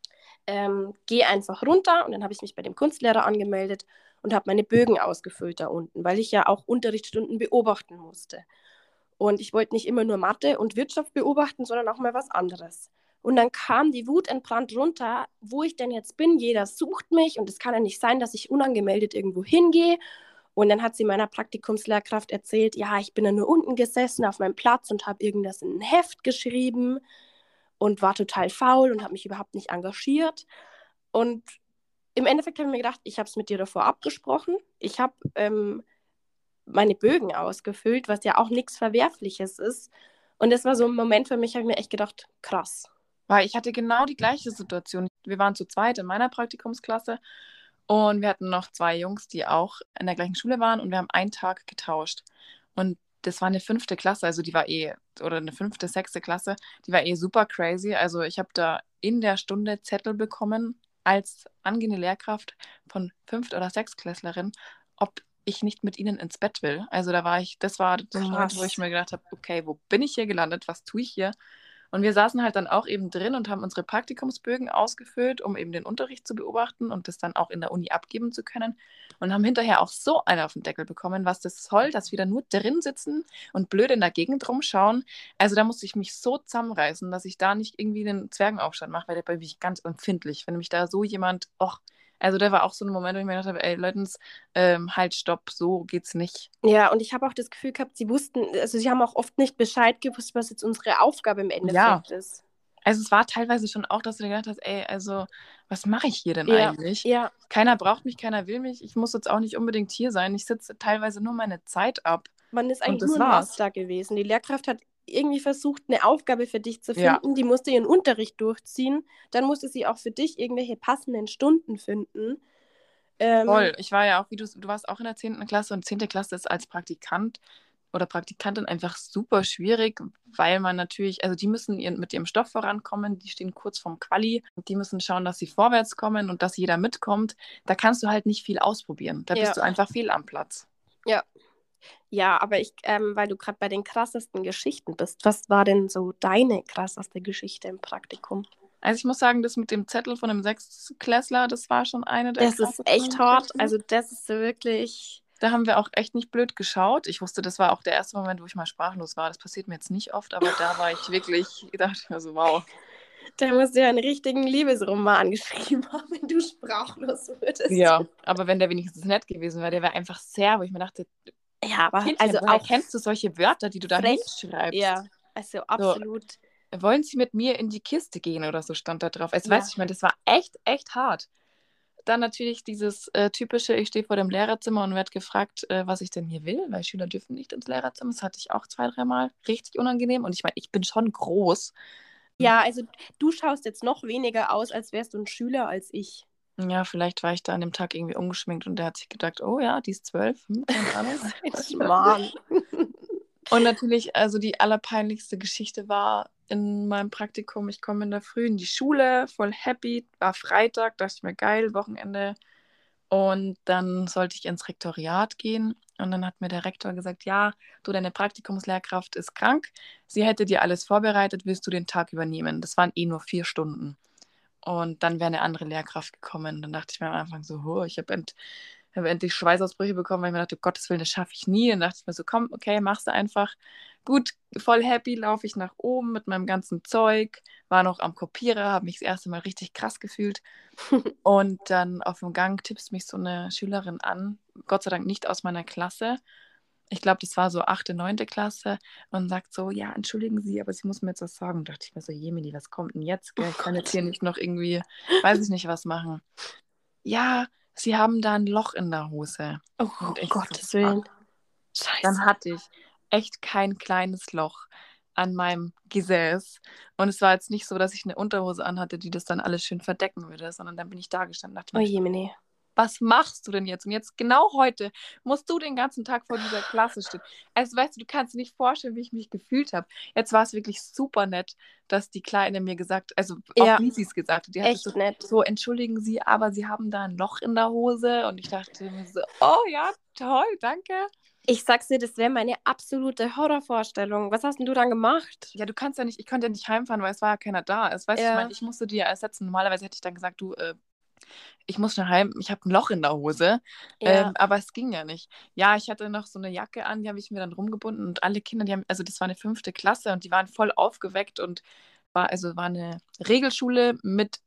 Ähm, geh einfach runter. Und dann habe ich mich bei dem Kunstlehrer angemeldet und habe meine Bögen ausgefüllt da unten, weil ich ja auch Unterrichtsstunden beobachten musste. Und ich wollte nicht immer nur Mathe und Wirtschaft beobachten, sondern auch mal was anderes. Und dann kam die Wut entbrannt runter, wo ich denn jetzt bin. Jeder sucht mich und es kann ja nicht sein, dass ich unangemeldet irgendwo hingehe. Und dann hat sie meiner Praktikumslehrkraft erzählt, ja, ich bin da nur unten gesessen auf meinem Platz und habe irgendwas in ein Heft geschrieben und war total faul und habe mich überhaupt nicht engagiert. Und im Endeffekt habe ich mir gedacht, ich habe es mit dir davor abgesprochen. Ich habe ähm, meine Bögen ausgefüllt, was ja auch nichts Verwerfliches ist. Und das war so ein Moment für mich, habe ich mir echt gedacht, krass. Weil ich hatte genau die gleiche Situation. Wir waren zu zweit in meiner Praktikumsklasse und wir hatten noch zwei Jungs, die auch in der gleichen Schule waren und wir haben einen Tag getauscht. Und das war eine fünfte Klasse, also die war eh, oder eine fünfte, sechste Klasse, die war eh super crazy. Also ich habe da in der Stunde Zettel bekommen als angehende Lehrkraft von Fünft- oder Sechstklässlerin, ob ich nicht mit ihnen ins Bett will. Also da war ich, das war so ein Moment, wo ich Krass. mir gedacht habe, okay, wo bin ich hier gelandet? Was tue ich hier? Und wir saßen halt dann auch eben drin und haben unsere Praktikumsbögen ausgefüllt, um eben den Unterricht zu beobachten und das dann auch in der Uni abgeben zu können. Und haben hinterher auch so einen auf den Deckel bekommen, was das soll, dass wir da nur drin sitzen und blöd in der Gegend rumschauen. Also da musste ich mich so zusammenreißen, dass ich da nicht irgendwie einen Zwergenaufstand mache, weil da bin ich ganz empfindlich. Wenn mich da so jemand, och, also da war auch so ein Moment, wo ich mir gedacht habe, ey, Leutens, ähm, halt, stopp, so geht's nicht. Ja, und ich habe auch das Gefühl gehabt, sie wussten, also sie haben auch oft nicht Bescheid gewusst, was jetzt unsere Aufgabe im Ja, Endeffekt ist. also es war teilweise schon auch, dass du dir gedacht hast, ey, also was mache ich hier denn Ja, eigentlich? ja, Keiner braucht mich, keiner will mich. Ich muss jetzt auch nicht unbedingt hier sein. Ich sitze teilweise nur meine Zeit ab man ist und eigentlich das nur ein war's. Master gewesen. Die Lehrkraft hat irgendwie versucht, eine Aufgabe für dich zu Ja, finden. Die musste ihren Unterricht durchziehen. Dann musste sie auch für dich irgendwelche passenden Stunden finden. Ähm, voll. Ich war ja auch, wie du, du warst auch in der zehnten Klasse und zehnte Klasse ist als Praktikant oder Praktikantin einfach super schwierig, weil man natürlich, also die müssen ihren, mit ihrem Stoff vorankommen, die stehen kurz vorm Quali, die müssen schauen, dass sie vorwärts kommen und dass jeder mitkommt. Da kannst du halt nicht viel ausprobieren. Da ja, bist du einfach fehl am Platz. ja. Ja, aber ich, ähm, weil du gerade bei den krassesten Geschichten bist, was war denn so deine krasseste Geschichte im Praktikum? Also ich muss sagen, das mit dem Zettel von einem Sechstklässler, das war schon eine der Das ist echt krassesten hart. Geschichten. Also das ist so wirklich, Da haben wir auch echt nicht blöd geschaut. Ich wusste, das war auch der erste Moment, wo ich mal sprachlos war. Das passiert mir jetzt nicht oft, aber da war ich wirklich, dachte ich mir so, wow. da musst du ja einen richtigen Liebesroman geschrieben haben, wenn du sprachlos würdest. Ja, aber wenn der wenigstens nett gewesen wäre, der wäre einfach sehr, wo ich mir dachte, Ja, aber Kindchen, also woher auch kennst du solche Wörter, die du da frech. hinschreibst? Ja, also So, absolut. wollen Sie mit mir in die Kiste gehen oder so stand da drauf. Also, weißt Ja. du, ich meine, das war echt, echt hart. Dann natürlich dieses äh, typische, ich stehe vor dem Lehrerzimmer und werde gefragt, äh, was ich denn hier will, weil Schüler dürfen nicht ins Lehrerzimmer. Das hatte ich auch zwei, dreimal. Richtig unangenehm. Und ich meine, ich bin schon groß. Ja, also du schaust jetzt noch weniger aus, als wärst du ein Schüler als ich. Ja, vielleicht war ich da an dem Tag irgendwie ungeschminkt und der hat sich gedacht, oh ja, die ist zwölf, hm, keine Ahnung. Ein Schmarrn. Und natürlich, also die allerpeinlichste Geschichte war in meinem Praktikum, ich komme in der Früh in die Schule, voll happy, war Freitag, dachte ich mir, geil, Wochenende. Und dann sollte ich ins Rektoriat gehen und dann hat mir der Rektor gesagt, ja, du, deine Praktikumslehrkraft ist krank, sie hätte dir alles vorbereitet, willst du den Tag übernehmen? Das waren eh nur vier Stunden. Und dann wäre eine andere Lehrkraft gekommen. Dann dachte ich mir am Anfang so, oh, ich habe end, hab endlich Schweißausbrüche bekommen, weil ich mir dachte, um Gottes Willen, das schaffe ich nie. Dann dachte ich mir so, komm, okay, mach's einfach. Gut, voll happy laufe ich nach oben mit meinem ganzen Zeug, war noch am Kopierer, habe mich das erste Mal richtig krass gefühlt. Und dann auf dem Gang tippst mich so eine Schülerin an, Gott sei Dank nicht aus meiner Klasse. Ich glaube, das war so achte, neunte Klasse und sagt so, ja, entschuldigen Sie, aber sie muss mir jetzt was sagen. Und dachte ich mir so, Jemini, was kommt denn jetzt? Gell? Ich kann jetzt hier nicht noch irgendwie, weiß ich nicht, was machen. Ja, Sie haben da ein Loch in der Hose. Oh, Und ich Gottes so, Willen. fuck. Dann Scheiße. hatte ich echt kein kleines Loch an meinem Gesäß. Und es war jetzt nicht so, dass ich eine Unterhose anhatte, die das dann alles schön verdecken würde, sondern dann bin ich da gestanden und dachte Oh mir, Jemine. was machst du denn jetzt? Und jetzt, genau heute, musst du den ganzen Tag vor dieser Klasse stehen. Also, weißt du, du kannst dir nicht vorstellen, wie ich mich gefühlt habe. Jetzt war es wirklich super nett, dass die Kleine mir gesagt, also auch Ja, wie sie es gesagt hat, die hat echt so, nett. so, entschuldigen Sie, aber Sie haben da ein Loch in der Hose. Und ich dachte mir so, oh ja, toll, danke. Ich sag's dir, das wäre meine absolute Horrorvorstellung. Was hast denn du dann gemacht? Ja, du kannst ja nicht, ich konnte ja nicht heimfahren, weil es war ja keiner da. Es, weißt du, ich Ja. meine, ich musste die ja ersetzen. Normalerweise hätte ich dann gesagt, du, äh, ich muss schnell heim, ich habe ein Loch in der Hose. Ja. Ähm, aber es ging ja nicht. Ja, ich hatte noch so eine Jacke an, die habe ich mir dann rumgebunden und alle Kinder, die haben, also das war eine fünfte Klasse und die waren voll aufgeweckt und war, also war eine Regelschule mit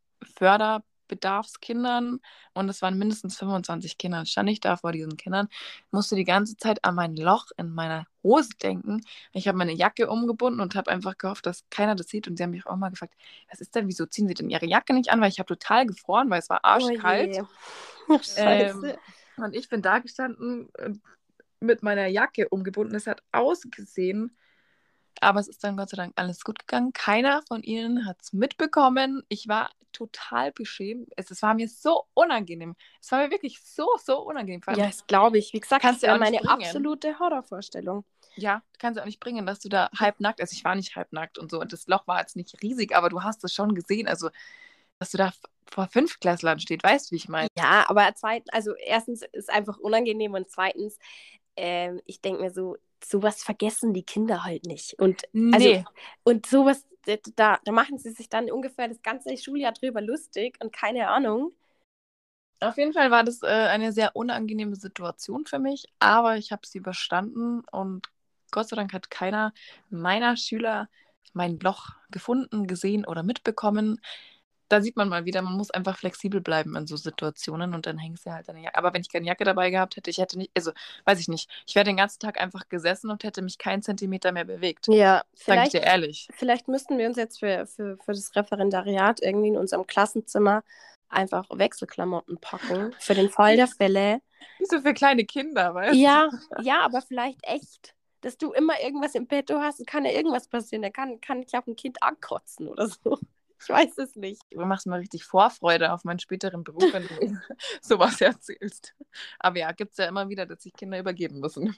Förderbedarfskindern und es waren mindestens fünfundzwanzig Kinder. Dann stand ich da vor diesen Kindern, musste die ganze Zeit an mein Loch in meiner Hose denken. Ich habe meine Jacke umgebunden und habe einfach gehofft, dass keiner das sieht. Und sie haben mich auch mal gefragt, was ist denn, wieso ziehen sie denn ihre Jacke nicht an? Weil ich habe total gefroren, weil es war Oh arschkalt. je. Ach, Scheiße. Ähm, und ich bin da gestanden äh, mit meiner Jacke umgebunden. Es hat ausgesehen, aber es ist dann Gott sei Dank alles gut gegangen. Keiner von ihnen hat es mitbekommen. Ich war total beschämt. Es, es war mir so unangenehm. Es war mir wirklich so, so unangenehm. Vor allem, Ja, das glaube ich. Wie gesagt, kannst das du ja wäre auch nicht meine bringen. absolute Horrorvorstellung. Ja, kannst du auch nicht bringen, dass du da halbnackt, also ich war nicht halbnackt und so und das Loch war jetzt nicht riesig, aber du hast es schon gesehen, also dass du da f- vor Fünftklässlern steht, weißt du, wie ich meine? Ja, aber zweitens, also erstens ist einfach unangenehm und zweitens, ähm, ich denke mir so, sowas vergessen die Kinder halt nicht. Und also, Nee. und sowas, da, da machen sie sich dann ungefähr das ganze Schuljahr drüber lustig und keine Ahnung. Auf jeden Fall war das äh, eine sehr unangenehme Situation für mich, aber ich habe sie überstanden und Gott sei Dank hat keiner meiner Schüler mein Loch gefunden, gesehen oder mitbekommen. Da sieht man mal wieder, man muss einfach flexibel bleiben in so Situationen und dann hängst du halt deine Jacke. Aber wenn ich keine Jacke dabei gehabt hätte, ich hätte nicht, also weiß ich nicht, ich wäre den ganzen Tag einfach gesessen und hätte mich keinen Zentimeter mehr bewegt. Ja, Sag ich vielleicht, dir ehrlich. vielleicht müssten wir uns jetzt für, für, für das Referendariat irgendwie in unserem Klassenzimmer einfach Wechselklamotten packen, für den Fall der Fälle. Nicht so für kleine Kinder, weißt Ja, ja, aber vielleicht echt, dass du immer irgendwas im Petto hast, kann ja irgendwas passieren. Da kann, kann ich auch ein Kind ankotzen oder so. Ich weiß es nicht. du? Du machst mir richtig Vorfreude auf meinen späteren Beruf, wenn du mir sowas erzählst. Aber ja, gibt es ja immer wieder, dass sich Kinder übergeben müssen.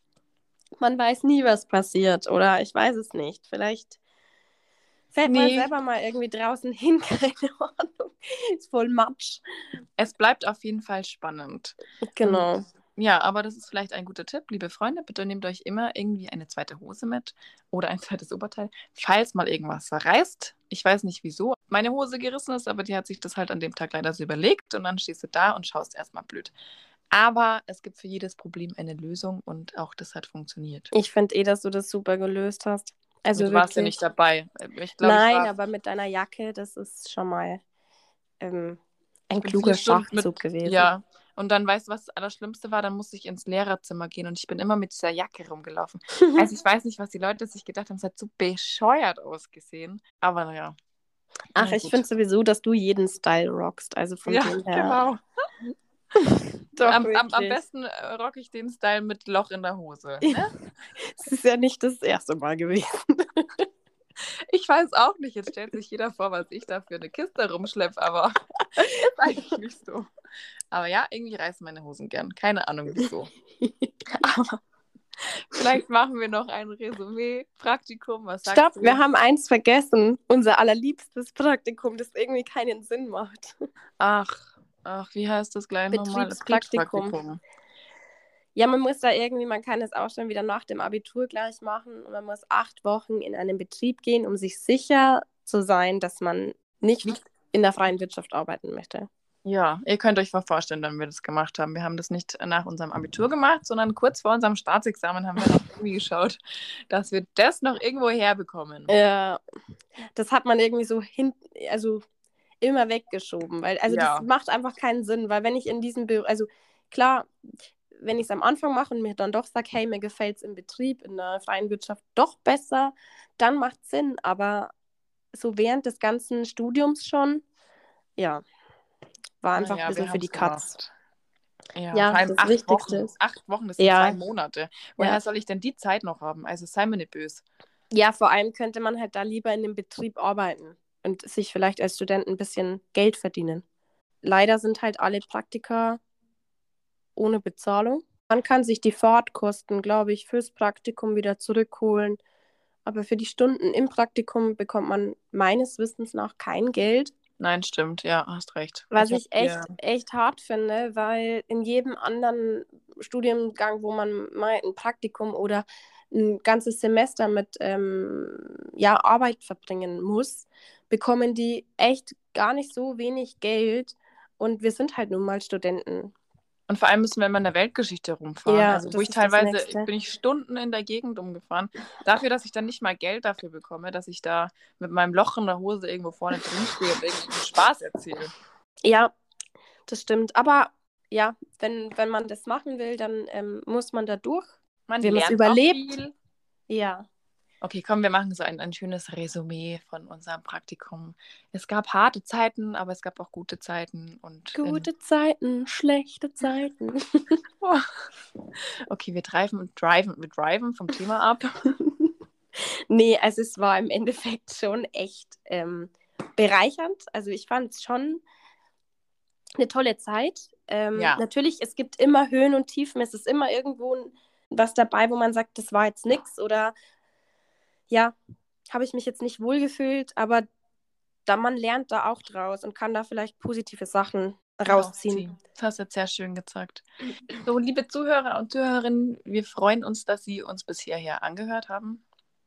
Man weiß nie, was passiert. Oder ich weiß es nicht. Vielleicht fällt man Nee, selber mal irgendwie draußen hin, keine Ahnung. Ist voll Matsch. es bleibt auf jeden Fall spannend. Genau. Und ja, aber das ist vielleicht ein guter Tipp, liebe Freunde. Bitte nehmt euch immer irgendwie eine zweite Hose mit oder ein zweites Oberteil, falls mal irgendwas reißt. Ich weiß nicht, wieso meine Hose gerissen ist, aber die hat sich das halt an dem Tag leider so überlegt und dann stehst du da und schaust erstmal blöd. Aber es gibt für jedes Problem eine Lösung und auch das hat funktioniert. Ich finde eh, dass du das super gelöst hast. Also du warst ja wirklich. nicht dabei. Ich glaube, Nein, ich war aber mit deiner Jacke, das ist schon mal ähm, ein bin kluger vier Stunden Schachzug mit, gewesen. ja. Und dann, weißt du, was das Allerschlimmste war? Dann musste ich ins Lehrerzimmer gehen und ich bin immer mit dieser Jacke rumgelaufen. Also ich weiß nicht, was die Leute sich gedacht haben. Es hat so bescheuert ausgesehen. Aber naja. Ach, Na ich gut. finde sowieso, dass du jeden Style rockst. Also von Ja, dem her. genau. Doch, Am, am, am wirklich. besten äh, rock ich den Style mit Loch in der Hose. Ja. Es ist ja nicht das erste Mal gewesen. Ich weiß auch nicht. Jetzt stellt sich jeder vor, was ich da für eine Kiste rumschleppe, aber ist eigentlich nicht so. Aber ja, irgendwie reißen meine Hosen gern. Keine Ahnung wieso. Aber vielleicht machen wir noch ein Resümee, Praktikum. Was sagst Stopp, du? wir haben eins vergessen. Unser allerliebstes Praktikum, das irgendwie keinen Sinn macht. Ach, ach, wie heißt das gleich nochmal? Betriebspraktikum. Betriebspraktikum. Ja, man muss da irgendwie, man kann es auch schon wieder nach dem Abitur gleich machen und man muss acht Wochen in einen Betrieb gehen, um sich sicher zu sein, dass man nicht Wie? in der freien Wirtschaft arbeiten möchte. Ja, ihr könnt euch vorstellen, wenn wir das gemacht haben. Wir haben das nicht nach unserem Abitur gemacht, sondern kurz vor unserem Staatsexamen haben wir noch irgendwie geschaut, dass wir das noch irgendwo herbekommen. Ja, das hat man irgendwie so hin, also immer weggeschoben, weil, also Ja. das macht einfach keinen Sinn, weil wenn ich in diesem Büro, also klar, wenn ich es am Anfang mache und mir dann doch sage, hey, mir gefällt es im Betrieb, in der freien Wirtschaft doch besser, dann macht es Sinn, aber so während des ganzen Studiums schon, ja, war einfach Naja, ein bisschen wir für haben die es Katz. gemacht. Ja, Ja, vor allem das acht Wichtigste Wochen. ist. Acht Wochen, das sind Ja. zwei Monate. Woher Ja. soll ich denn die Zeit noch haben? Also sei mir nicht böse. Ja, vor allem könnte man halt da lieber in dem Betrieb arbeiten und sich vielleicht als Student ein bisschen Geld verdienen. Leider sind halt alle Praktika ohne Bezahlung. Man kann sich die Fahrtkosten, glaube ich, fürs Praktikum wieder zurückholen. Aber für die Stunden im Praktikum bekommt man meines Wissens nach kein Geld. Nein, stimmt, ja, hast recht. Was ich ich echt, ja. echt hart finde, weil in jedem anderen Studiengang, wo man mal ein Praktikum oder ein ganzes Semester mit ähm, ja, Arbeit verbringen muss, bekommen die echt gar nicht so wenig Geld. Und wir sind halt nun mal Studenten. Und vor allem müssen wir immer in der Weltgeschichte rumfahren. Ja, also wo das ich ist das teilweise, Nächste. bin ich Stunden in der Gegend umgefahren. Dafür, dass ich dann nicht mal Geld dafür bekomme, dass ich da mit meinem Loch in der Hose irgendwo vorne drin stehe und irgendeinen Spaß erzähle. Ja, das stimmt. Aber ja, wenn, wenn man das machen will, dann ähm, muss man da durch. Man Wir haben es lernt überlebt. auch viel. Ja. Okay, komm, wir machen so ein, ein schönes Resümee von unserem Praktikum. Es gab harte Zeiten, aber es gab auch gute Zeiten. Und Gute in... Zeiten, schlechte Zeiten. Okay, wir driven und driven, wir driven vom Thema ab. Nee, also es war im Endeffekt schon echt ähm, bereichernd. Also ich fand es schon eine tolle Zeit. Ähm, Ja. Natürlich, es gibt immer Höhen und Tiefen. Es ist immer irgendwo was dabei, wo man sagt, das war jetzt nichts oder ja, habe ich mich jetzt nicht wohlgefühlt, aber da man lernt da auch draus und kann da vielleicht positive Sachen rausziehen. Das hast du jetzt sehr schön gesagt. So, liebe Zuhörer und Zuhörerinnen, wir freuen uns, dass Sie uns bis hierher angehört haben.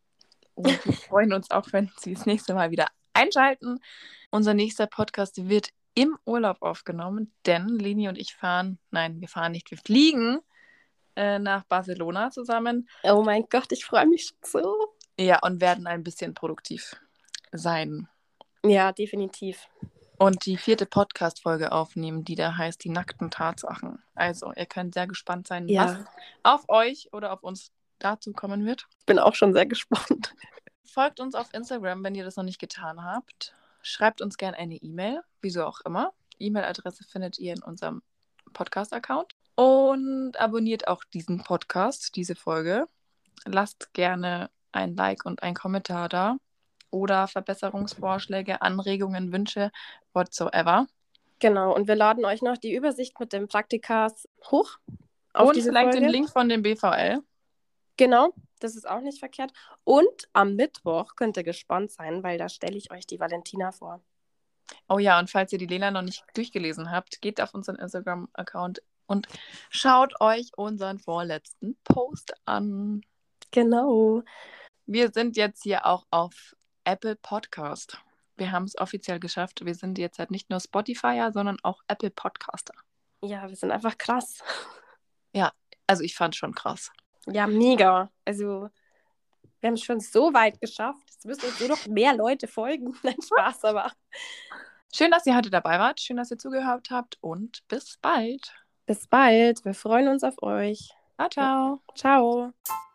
Und wir freuen uns auch, wenn Sie das nächste Mal wieder einschalten. Unser nächster Podcast wird im Urlaub aufgenommen, denn Leni und ich fahren, nein, wir fahren nicht, wir fliegen äh, nach Barcelona zusammen. Oh mein Gott, ich freue mich schon so. Ja, und werden ein bisschen produktiv sein. Ja, definitiv. Und die vierte Podcast-Folge aufnehmen, die da heißt Die nackten Tatsachen. Also, ihr könnt sehr gespannt sein, Ja. was auf euch oder auf uns dazu kommen wird. Ich bin auch schon sehr gespannt. Folgt uns auf Instagram, wenn ihr das noch nicht getan habt. Schreibt uns gerne eine E-Mail, wieso auch immer. E-Mail-Adresse findet ihr in unserem Podcast-Account. Und abonniert auch diesen Podcast, diese Folge. Lasst gerne ein Like und einen Kommentar da. Oder Verbesserungsvorschläge, Anregungen, Wünsche, whatsoever. Genau, und wir laden euch noch die Übersicht mit den Praktikas hoch. Auf und diese vielleicht Folge. den Link von dem B V L. Genau, das ist auch nicht verkehrt. Und am Mittwoch könnt ihr gespannt sein, weil da stelle ich euch die Valentina vor. Oh ja, und falls ihr die Lena noch nicht durchgelesen habt, geht auf unseren Instagram-Account und schaut euch unseren vorletzten Post an. Genau. Wir sind jetzt hier auch auf Apple Podcast. Wir haben es offiziell geschafft. Wir sind jetzt halt nicht nur Spotifyer, sondern auch Apple Podcaster. Ja, wir sind einfach krass. Ja, also ich fand es schon krass. Ja, mega. Also, wir haben es schon so weit geschafft. Es müssen uns nur noch mehr Leute folgen. Nein, Spaß, aber. Schön, dass ihr heute dabei wart. Schön, dass ihr zugehört habt. Und bis bald. Bis bald. Wir freuen uns auf euch. Ciao, ciao. Ciao.